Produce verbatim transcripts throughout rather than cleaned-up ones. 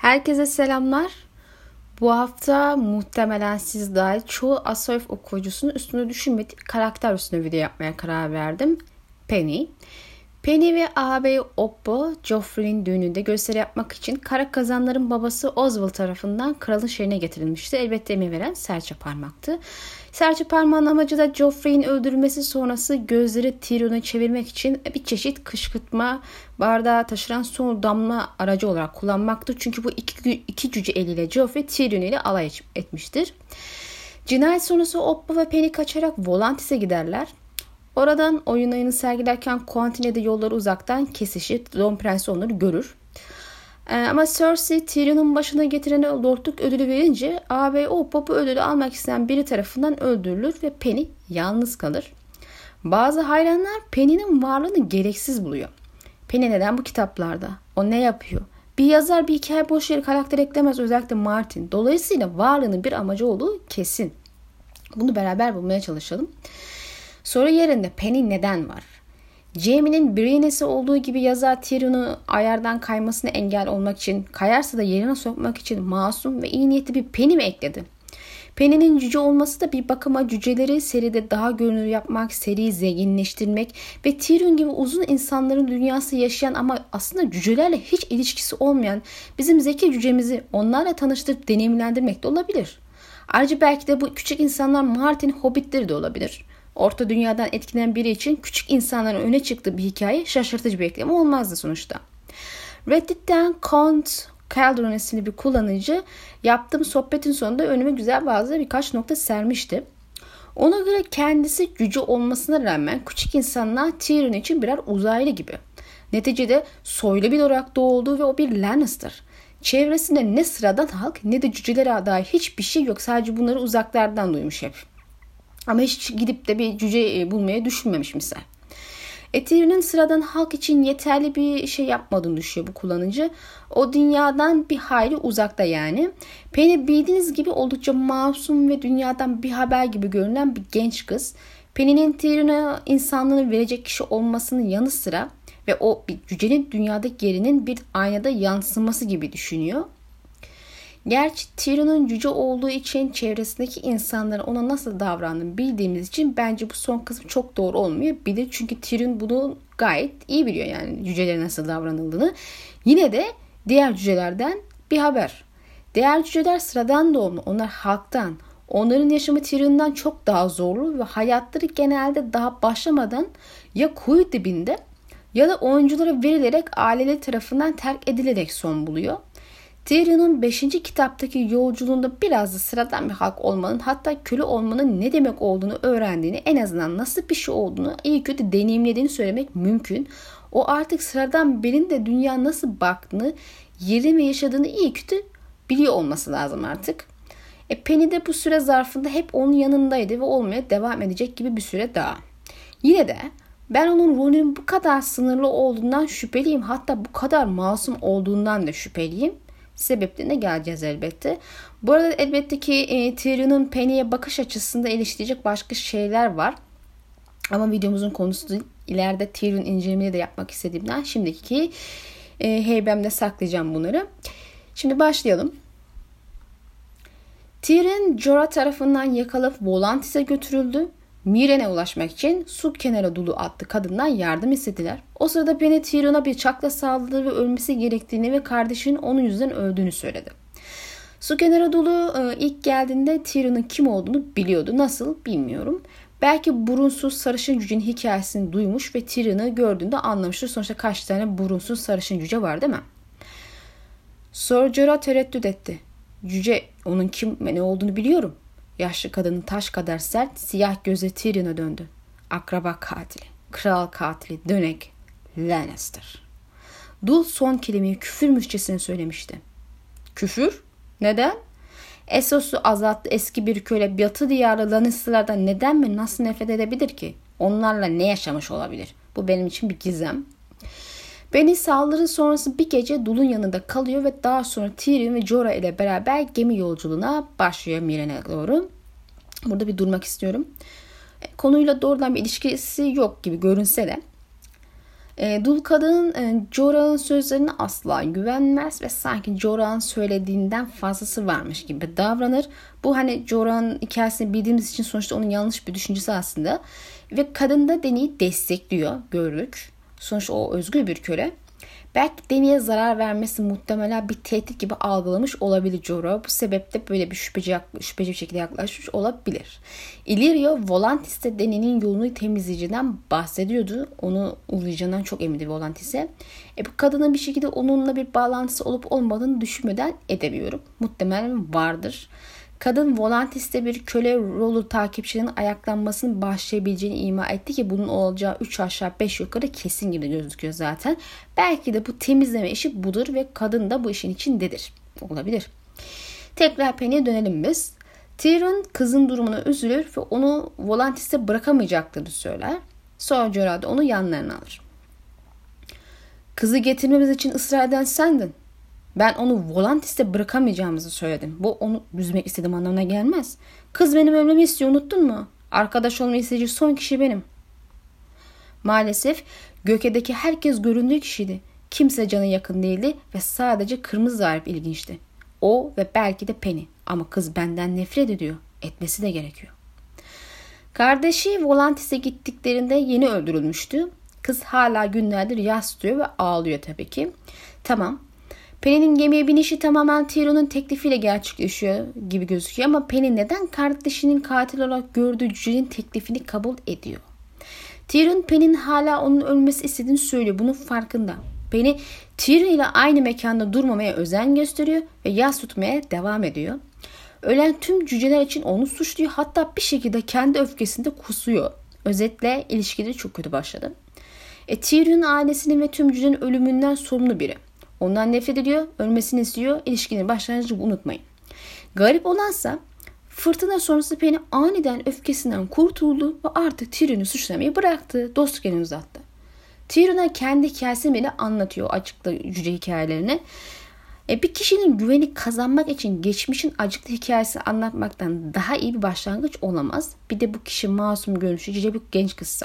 Herkese selamlar. Bu hafta muhtemelen siz dahil çoğu Asoyf okuyucusunun üstüne düşünmediği karakter üstüne video yapmaya karar verdim. Penny. Penny ve ağabey Oppo, Joffrey'nin düğününde gösteri yapmak için kara kazanların babası Oswald tarafından kralın şehrine getirilmişti. Elbette emir veren serçe parmaktı. Serçe parmağın amacı da Joffrey'nin öldürülmesi sonrası gözleri Tyrion'a çevirmek için bir çeşit kışkırtma bardağı taşıran son damla aracı olarak kullanmaktı. Çünkü bu iki, iki cüce eliyle Joffrey Tyrion ile alay etmiştir. Cinayet sonrası Oppo ve Penny kaçarak Volantis'e giderler. Oradan oyun ayını sergilerken Quentin'e de yolları uzaktan kesişir. Don Prensi onları görür. Ee, ama Cersei Tyrion'un başına getirene lordluk ödülü verince ağabey Oppo bu ödülü almak isteyen biri tarafından öldürülür ve Penny yalnız kalır. Bazı hayranlar Penny'nin varlığını gereksiz buluyor. Penny neden bu kitaplarda? O ne yapıyor? Bir yazar bir hikaye boş yere karakter eklemez, özellikle Martin. Dolayısıyla varlığının bir amacı olduğu kesin. Bunu beraber bulmaya çalışalım. Soru yerinde Penny neden var? Jaime'nin Brienne'si olduğu gibi yazar Tyrion'u ayardan kaymasına engel olmak için, kayarsa da yerine sokmak için masum ve iyi niyetli bir Penny mi ekledi? Penny'nin cüce olması da bir bakıma cüceleri seride daha görünür yapmak, seriyi zenginleştirmek ve Tyrion gibi uzun insanların dünyası yaşayan ama aslında cücelerle hiç ilişkisi olmayan bizim zeki cücemizi onlarla tanıştırıp deneyimlendirmek de olabilir. Ayrıca belki de bu küçük insanlar Martin Hobbitleri de olabilir. Orta dünyadan etkilenen biri için küçük insanların öne çıktığı bir hikaye şaşırtıcı bir ekleme olmazdı sonuçta. Reddit'ten Count Calderon isimli bir kullanıcı yaptığım sohbetin sonunda önüme güzel bazı birkaç nokta sermişti. Ona göre kendisi cüce olmasına rağmen küçük insanlar Tyrion için birer uzaylı gibi. Neticede soylu bir olarak doğduğu ve o bir Lannister. Çevresinde ne sıradan halk ne de cücelere dair hiçbir şey yok. Sadece bunları uzaklardan duymuş hep. Ama hiç gidip de bir cüce bulmaya düşünmemiş misal. Tyrion'un sıradan halk için yeterli bir şey yapmadığını düşünüyor bu kullanıcı. O dünyadan bir hayli uzakta yani. Penny bildiğiniz gibi oldukça masum ve dünyadan bir haber gibi görünen bir genç kız. Penny'nin Tyrion'a insanlığını verecek kişi olmasının yanı sıra ve o bir cücenin dünyadaki yerinin bir aynada yansıması gibi düşünüyor. Gerçi Tyrion'un cüce olduğu için çevresindeki insanların ona nasıl davrandığını bildiğimiz için bence bu son kısmı çok doğru olmayabilir. Çünkü Tyrion bunu gayet iyi biliyor, yani cücelere nasıl davranıldığını. Yine de diğer cücelerden bir haber. Diğer cüceler sıradan doğumlu, onlar halktan. Onların yaşamı Tyrion'dan çok daha zorlu ve hayatları genelde daha başlamadan ya kuyu dibinde ya da oyunculara verilerek aileleri tarafından terk edilerek son buluyor. Tyrion'un beşinci kitaptaki yolculuğunda biraz da sıradan bir halk olmanın, hatta köle olmanın ne demek olduğunu öğrendiğini, en azından nasıl bir şey olduğunu iyi kötü deneyimlediğini söylemek mümkün. O artık sıradan birinin de dünya nasıl baktığını, yeri ve yaşadığını iyi kötü biliyor olması lazım artık. E Penny de bu süre zarfında hep onun yanındaydı ve olmaya devam edecek gibi bir süre daha. Yine de ben onun rolünün bu kadar sınırlı olduğundan şüpheliyim. Hatta bu kadar masum olduğundan da şüpheliyim. Sebeplerine geleceğiz elbette. Bu arada elbette ki e, Tyrion'un Penny'e bakış açısında eleştirecek başka şeyler var. Ama videomuzun konusu değil. İleride Tyrion incelemeleri de yapmak istediğimden şimdiki e, heybemde saklayacağım bunları. Şimdi başlayalım. Tyrion Jorah tarafından yakalanıp Volantis'e götürüldü. Myren'e ulaşmak için su kenarı dulu adlı kadından yardım istediler. O sırada Penny Tyrion'a bir çakla saldırdı ve ölmesi gerektiğini ve kardeşinin onun yüzünden öldüğünü söyledi. Su kenarı dolu ilk geldiğinde Tyrion'un kim olduğunu biliyordu. Nasıl bilmiyorum. Belki burunsuz sarışın cücenin hikayesini duymuş ve Tyrion'u gördüğünde anlamıştır. Sonuçta kaç tane burunsuz sarışın cüce var değil mi? Sir Jorah tereddüt etti. Cüce, onun kim ve ne olduğunu biliyorum. Yaşlı kadının taş kadar sert, siyah gözü Tyrion'a döndü. Akraba katili, kral katili, dönek, Lannister. Dul son kelimeyi küfürmüşçesine söylemişti. Küfür? Neden? Essos'u azalttı eski bir köle Batı diyarlı Lannister'lardan neden ve nasıl nefret edebilir ki? Onlarla ne yaşamış olabilir? Bu benim için bir gizem. Penny saldırı sonrası bir gece Dul'un yanında kalıyor ve daha sonra Tyrion ve Jorah ile beraber gemi yolculuğuna başlıyor Myren'e doğru. Burada bir durmak istiyorum. Konuyla doğrudan bir ilişkisi yok gibi görünse de E, dul kadın e, Jorah'ın sözlerine asla güvenmez ve sanki Jorah'ın söylediğinden fazlası varmış gibi davranır. Bu hani Jorah'ın hikayesini bildiğimiz için sonuçta onun yanlış bir düşüncesi aslında. Ve kadın da Dany'i destekliyor, gördük. Sonuçta o özgür bir köle. Belki Dany'e zarar vermesi muhtemelen bir tehdit gibi algılamış olabilir Jorah. Bu sebeple böyle bir şüpheci, şüpheci bir şekilde yaklaşmış olabilir. Illyrio Volantis de Dany'nin yolunu temizleyiciden bahsediyordu. Onu uğrayacağından çok emindi Volantis'e. E bu kadının bir şekilde onunla bir bağlantısı olup olmadığını düşünmeden edemiyorum. Muhtemelen vardır. Kadın Volantis'te bir köle rolü takipçinin ayaklanmasını başlayabileceğini ima etti ki bunun olacağı üç aşağı beş yukarı kesin gibi gözüküyor zaten. Belki de bu temizleme işi budur ve kadın da bu işin içindedir. Olabilir. Tekrar Penny'e dönelim biz. Tyrion kızın durumuna üzülür ve onu Volantis'te bırakamayacaklarını söyler. Sonra Jorah da onu yanlarına alır. Kızı getirmemiz için ısrar eden sendin. Ben onu Volantis'te bırakamayacağımızı söyledim. Bu onu üzmek istediğim anlamına gelmez. Kız benim ölmemi istiyor, unuttun mu? Arkadaş olmayı isteyecek son kişi benim. Maalesef Göke'deki herkes göründüğü kişiydi. Kimse cana yakın değildi ve sadece kırmızı zarip ilginçti. O ve belki de Penny. Ama kız benden nefret ediyor. Etmesi de gerekiyor. Kardeşi Volantis'e gittiklerinde yeni öldürülmüştü. Kız hala günlerdir yas tutuyor ve ağlıyor tabii ki. Tamam. Penny'nin gemiye binişi tamamen Tyrion'un teklifiyle gerçekleşiyor gibi gözüküyor ama Penny neden kardeşinin katil olarak gördüğü cücenin teklifini kabul ediyor? Tyrion Penny'nin hala onun ölmesi istediğini söylüyor. Bunun farkında. Penny Tyrion ile aynı mekanda durmamaya özen gösteriyor ve yas tutmaya devam ediyor. Ölen tüm cüceler için onu suçluyor. Hatta bir şekilde kendi öfkesinde kusuyor. Özetle ilişkileri çok kötü başladı. E, Tyrion ailesinin ve tüm cücenin ölümünden sorumlu biri. Ondan nefret ediyor, ölmesini istiyor. İlişkinin başlangıcını unutmayın. Garip olansa fırtına sonrası Penny aniden öfkesinden kurtuldu ve artık Tyrion'u suçlamayı bıraktı. Dostluk elini uzattı. Tyrion'a kendi hikayesini bile anlatıyor, açıkta cüce hikayelerini. E, bir kişinin güveni kazanmak için geçmişin acıklı hikayesini anlatmaktan daha iyi bir başlangıç olamaz. Bir de bu kişi masum görünüşlü cüce bir genç kızsa.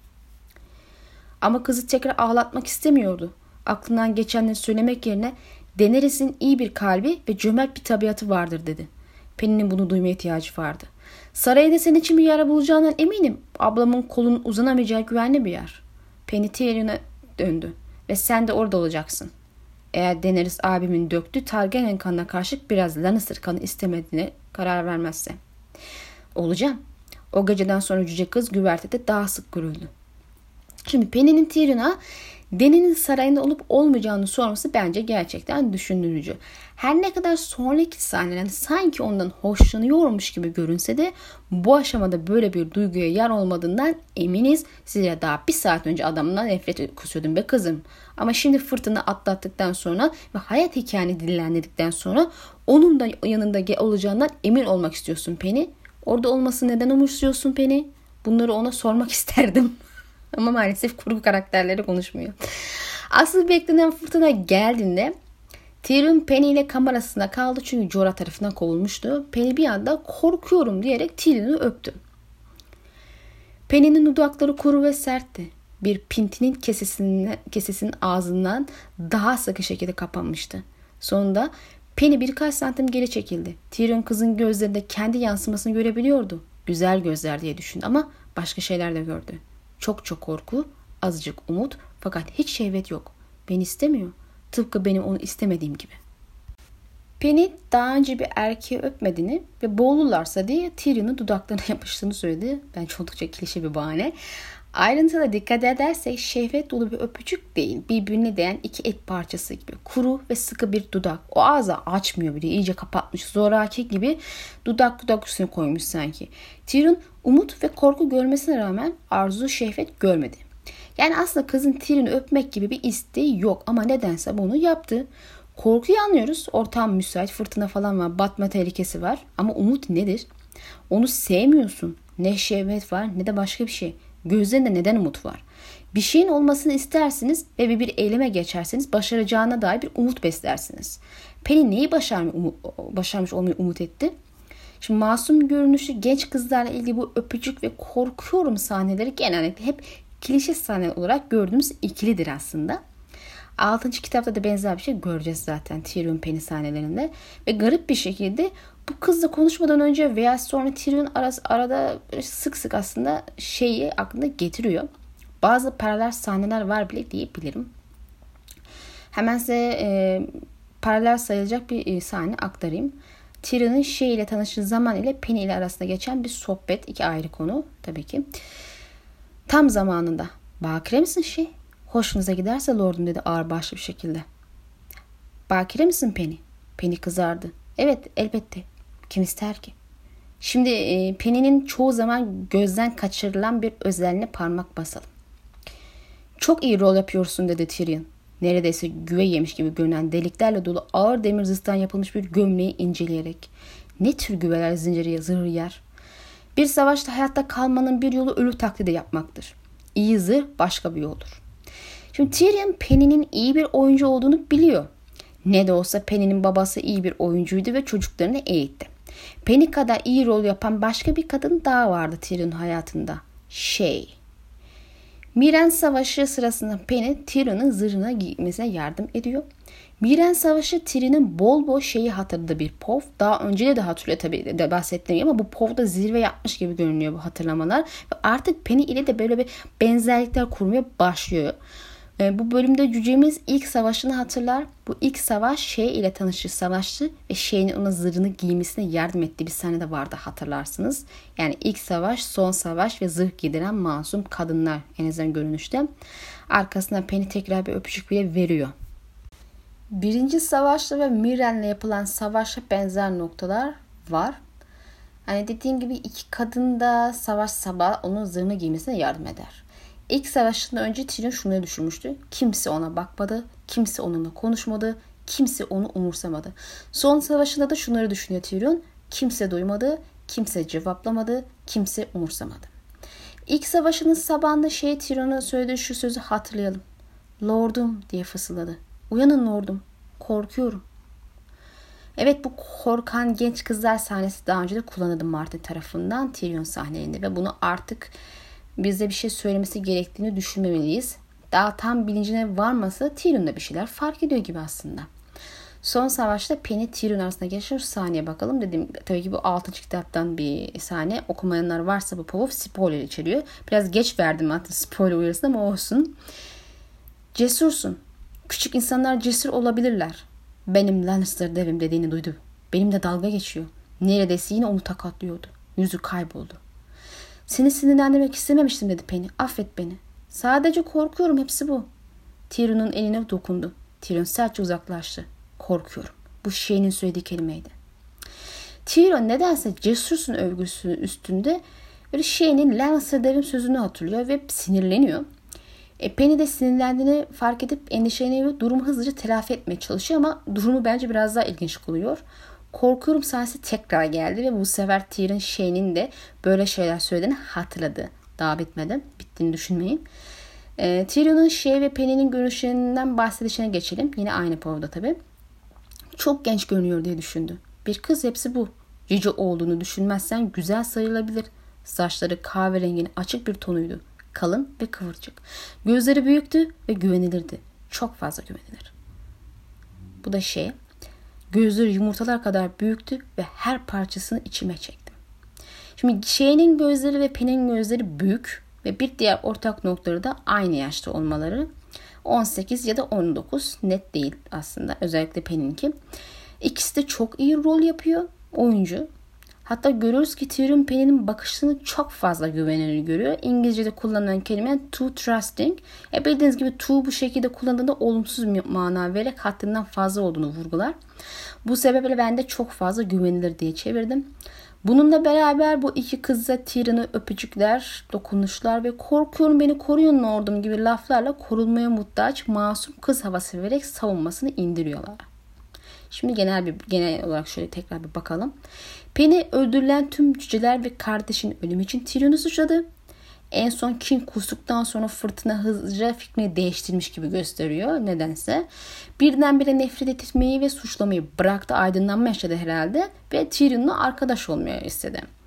Ama kızı tekrar ağlatmak istemiyordu. Aklından geçenleri söylemek yerine Daenerys'in iyi bir kalbi ve cömert bir tabiatı vardır dedi. Penny'nin bunu duymaya ihtiyacı vardı. Sarayda senin için bir yer bulacağından eminim. Ablamın kolunun uzanamayacağı güvenli bir yer. Penny Tyrion'a döndü ve sen de orada olacaksın. Eğer Daenerys abimin döktüğü Targaryen kanına karşı biraz Lannister kanı istemediğine karar vermezse. Olacağım. O geceden sonra cüce kız güvertede daha sık görüldü. Şimdi Penny'nin Tyrion'a Dany'nin sarayında olup olmayacağını sorması bence gerçekten düşündürücü. Her ne kadar sonraki sahnelerde sanki ondan hoşlanıyormuş gibi görünse de bu aşamada böyle bir duyguya yer olmadığından eminiz. Size daha bir saat önce adamdan nefret kusuyordum be kızım. Ama şimdi fırtına atlattıktan sonra ve hayat hikayeni dillendirdikten sonra onun da yanında olacağından emin olmak istiyorsun Penny. Orada olması neden umursuyorsun Penny? Bunları ona sormak isterdim. Ama maalesef kurgu karakterleri konuşmuyor. Asıl beklenen fırtına geldiğinde Tyrion Penny ile kam arasında kaldı çünkü Jorah tarafından kovulmuştu. Penny bir anda korkuyorum diyerek Tyrion'u öptü. Penny'nin dudakları kuru ve sertti. Bir pintinin kesesinin, kesesinin ağzından daha sıkı şekilde kapanmıştı. Sonunda Penny birkaç santim geri çekildi. Tyrion kızın gözlerinde kendi yansımasını görebiliyordu. Güzel gözler diye düşündü ama başka şeyler de gördü. Çok çok korku, azıcık umut fakat hiç şehvet yok. Beni istemiyor. Tıpkı benim onu istemediğim gibi. Penny daha önce bir erkeği öpmediğini ve boğulurlarsa diye Tyrion'un dudaklarına yapıştığını söyledi. Bence oldukça klişe bir bahane. Ayrıntıda dikkat edersek şehvet dolu bir öpücük değil. Birbirine değen iki et parçası gibi. Kuru ve sıkı bir dudak. O ağzı açmıyor bile. İyice kapatmış. Zoraki gibi dudak dudak üstüne koymuş sanki. Tyrion umut ve korku görmesine rağmen arzu şehvet görmedi. Yani aslında kızın Tyrion'u öpmek gibi bir isteği yok. Ama nedense bunu yaptı. Korkuyu anlıyoruz. Ortam müsait. Fırtına falan var. Batma tehlikesi var. Ama umut nedir? Onu sevmiyorsun. Ne şehvet var ne de başka bir şey. Gözlerinde neden umut var? Bir şeyin olmasını istersiniz ve bir, bir eyleme geçerseniz başaracağına dair bir umut beslersiniz. Penny neyi başarmış, başarmış olmayı umut etti? Şimdi masum görünüşlü genç kızlarla ilgili bu öpücük ve korkuyorum sahneleri genellikle hep klişe sahne olarak gördüğümüz ikilidir aslında. altıncı kitapta da benzer bir şey göreceğiz zaten Tyrion Penny sahnelerinde. Ve garip bir şekilde bu kızla konuşmadan önce veya sonra Tyrion arası, arada sık sık aslında şeyi aklına getiriyor. Bazı paralel sahneler var bile diyebilirim. Hemen size e, paralel sayılacak bir e, sahne aktarayım. Tyrion'un Shay ile tanıştığı zaman ile Penny ile arasında geçen bir sohbet. İki ayrı konu tabii ki. Tam zamanında. Bakire misin Shay? Hoşunuza giderse lordum dedi ağırbaşlı bir şekilde. Bakire misin Penny? Penny kızardı. Evet elbette. Kim ister ki? Şimdi e, Penny'nin çoğu zaman gözden kaçırılan bir özelliğine parmak basalım. Çok iyi rol yapıyorsun dedi Tyrion. Neredeyse güve yemiş gibi görünen deliklerle dolu ağır demir zırhtan yapılmış bir gömleği inceleyerek. Ne tür güveler zinciri zırhı yer? Bir savaşta hayatta kalmanın bir yolu ölü taklidi yapmaktır. İyi zırh başka bir yoldur. Şimdi Tyrion Penny'nin iyi bir oyuncu olduğunu biliyor. Ne de olsa Penny'nin babası iyi bir oyuncuydu ve çocuklarını eğitti. Penny kadar iyi rol yapan başka bir kadın daha vardı Tyrion'un hayatında. Shay. Miren Savaşı sırasında Penny Tyrion'un zırhına giymesine yardım ediyor. Miren Savaşı Tyrion'un bol bol şeyi hatırladığı bir pov. Daha önce de, de hatırlıyor tabii de bahsettiğim ama bu povda zirve yapmış gibi görünüyor bu hatırlamalar. Ve artık Penny ile de böyle bir benzerlikler kurmaya başlıyor. Bu bölümde cücemiz ilk savaşını hatırlar. Bu ilk savaş Shay ile tanıştığı savaştı ve Shay'nin ona zırhını giymesine yardım ettiği bir sahne de vardı hatırlarsınız. Yani ilk savaş, son savaş ve zırh giydiren masum kadınlar en azından görünüşte. Arkasından Penny tekrar bir öpücük bile veriyor. Birinci savaşta ve Miren'le yapılan savaşa benzer noktalar var. Hani dediğim gibi iki kadın da savaş sabah onun zırhını giymesine yardım eder. İlk savaşından önce Tyrion şunu düşünmüştü. Kimse ona bakmadı, kimse onunla konuşmadı, kimse onu umursamadı. Son savaşında da şunları düşünüyor Tyrion. Kimse duymadı, kimse cevaplamadı, kimse umursamadı. İlk savaşının sabahında şey Tyrion'a söylediği şu sözü hatırlayalım. Lordum diye fısıldadı. Uyanın lordum, korkuyorum. Evet bu korkan genç kızlar sahnesi daha önce de kullanıldı Martin tarafından Tyrion sahnelerinde ve bunu artık bize bir şey söylemesi gerektiğini düşünmemeliyiz. Daha tam bilincine varmasa Tyrion da bir şeyler fark ediyor gibi aslında. Son savaşta Penny Tyrion arasında geçen şu sahneye bakalım. Dediğim tabii ki bu altıncı kitaptan bir sahne. Okumayanlar varsa bu pov spoiler içeriyor. Biraz geç verdim hatta spoiler uyarısını ama olsun. Cesursun. Küçük insanlar cesur olabilirler. Benim Lannister devim dediğini duydu. Benimle dalga geçiyor. Neredeyse yine onu takatlıyordu. Yüzü kayboldu. Seni sinirlendirmek istememiştim dedi Penny. Affet beni. Sadece korkuyorum, hepsi bu. Tyrion'un eline dokundu. Tyrion sertçe uzaklaştı. Korkuyorum. Bu Shay'nin söylediği kelimeydi. Tyrion nedense cesursun övgüsünün üstünde böyle Shay'nin Lannister devim sözünü hatırlıyor ve sinirleniyor. E, Penny de sinirlendiğini fark edip endişeleniyor. Durumu hızlıca telafi etmeye çalışıyor ama durumu bence biraz daha ilginç kılıyor. Korkuyorum sahnesi tekrar geldi ve bu sefer Tyrion Shay'nin de böyle şeyler söylediğini hatırladı. Daha bitmedi. Bittiğini düşünmeyin. E, Tyrion'un Shay ve Penny'nin görüşlerinden bahsedişine geçelim. Yine aynı povda tabii. Çok genç görünüyor diye düşündü. Bir kız hepsi bu. Cici olduğunu düşünmezsen güzel sayılabilir. Saçları kahverenginin açık bir tonuydu. Kalın ve kıvırcık. Gözleri büyüktü ve güvenilirdi. Çok fazla güvenilir. Bu da Shay. Gözleri yumurtalar kadar büyüktü ve her parçasını içime çektim. Şimdi Shay'nin gözleri ve Penny'nin gözleri büyük ve bir diğer ortak noktaları da aynı yaşta olmaları. on sekiz ya da on dokuz net değil aslında, özellikle Penny'ninki. İkisi de çok iyi rol yapıyor oyuncu. Hatta görüyoruz ki Tyrion Penny'nin bakışını çok fazla güvenilir görüyor. İngilizce'de kullanılan kelime too trusting. E bildiğiniz gibi too bu şekilde kullanıldığında olumsuz bir mana vererek haddinden fazla olduğunu vurgular. Bu sebeple ben de çok fazla güvenilir diye çevirdim. Bununla beraber bu iki kızla Tyrion'u öpücükler, dokunuşlar ve korkuyorum beni koruyun lordum gibi laflarla korunmaya muhtaç masum kız havası vererek savunmasını indiriyorlar. Şimdi genel bir genel olarak şöyle tekrar bir bakalım. Penny öldürülen tüm cüceler ve kardeşinin ölümü için Tyrion'u suçladı. En son kin kustuktan sonra fırtına hızlıca fikrini değiştirmiş gibi gösteriyor nedense. Birdenbire nefret etmeyi ve suçlamayı bıraktı, aydınlanma yaşadı herhalde ve Tyrion'la arkadaş olmayı istedi.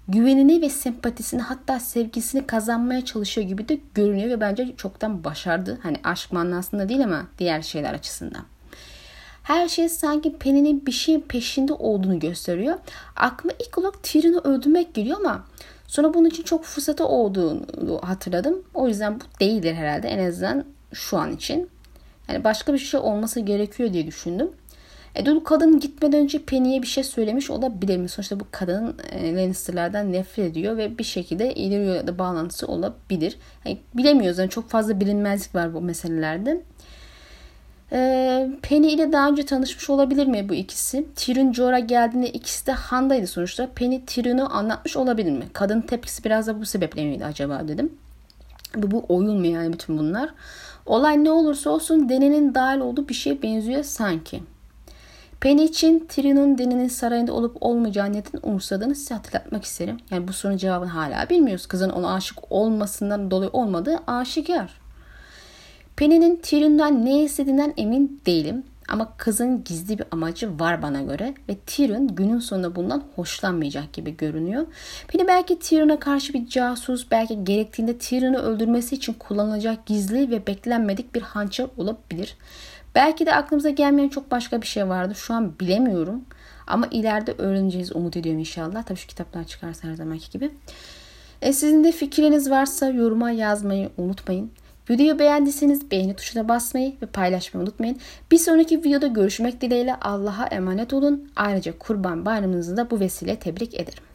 güvenini ve sempatisini, hatta sevgisini kazanmaya çalışıyor gibi de görünüyor ve bence çoktan başardı. Hani aşk manasında değil ama diğer şeyler açısından. Her şey sanki Penny'nin bir şeyin peşinde olduğunu gösteriyor. Aklıma ilk olarak Tyrion'u öldürmek geliyor ama sonra bunun için çok fırsatı olduğunu hatırladım. O yüzden bu değildir herhalde, en azından şu an için. Yani başka bir şey olması gerekiyor diye düşündüm. E bu kadın gitmeden önce Penny'ye bir şey söylemiş olabilir mi? Sonuçta bu kadın e, Lannister'lardan nefret ediyor ve bir şekilde ileri yolda bağlantısı olabilir. Yani bilemiyoruz, yani çok fazla bilinmezlik var bu meselelerde. E, Penny ile daha önce tanışmış olabilir mi bu ikisi? Tyrion Jorah'a geldiğinde ikisi de Han'daydı sonuçta. Penny Tyrion'u anlatmış olabilir mi? Kadının tepkisi biraz da bu sebeple miydi acaba dedim. Bu, bu oyun mu yani bütün bunlar? Olay ne olursa olsun Dany'nin dahil olduğu bir şeye benziyor sanki. Penny için Tyrion'un Dany'nin sarayında olup olmayacağı neden umursadığını size hatırlatmak isterim. Yani bu sorunun cevabını hala bilmiyoruz. Kızın ona aşık olmasından dolayı olmadığı aşikar. Penny'nin Tyrion'dan ne istediğinden emin değilim. Ama kızın gizli bir amacı var bana göre. Ve Tyrion günün sonunda bundan hoşlanmayacak gibi görünüyor. Penny belki Tyrion'a karşı bir casus, belki gerektiğinde Tyrion'u öldürmesi için kullanılacak gizli ve beklenmedik bir hançer olabilir. Belki de aklımıza gelmeyen çok başka bir şey vardı. Şu an bilemiyorum. Ama ileride öğreneceğiz, umut ediyorum inşallah. Tabii şu kitaplar çıkarsa her zamanki gibi. E, sizin de fikriniz varsa yoruma yazmayı unutmayın. Videoyu beğendiyseniz beğeni tuşuna basmayı ve paylaşmayı unutmayın. Bir sonraki videoda görüşmek dileğiyle Allah'a emanet olun. Ayrıca Kurban Bayramınızı da bu vesile tebrik ederim.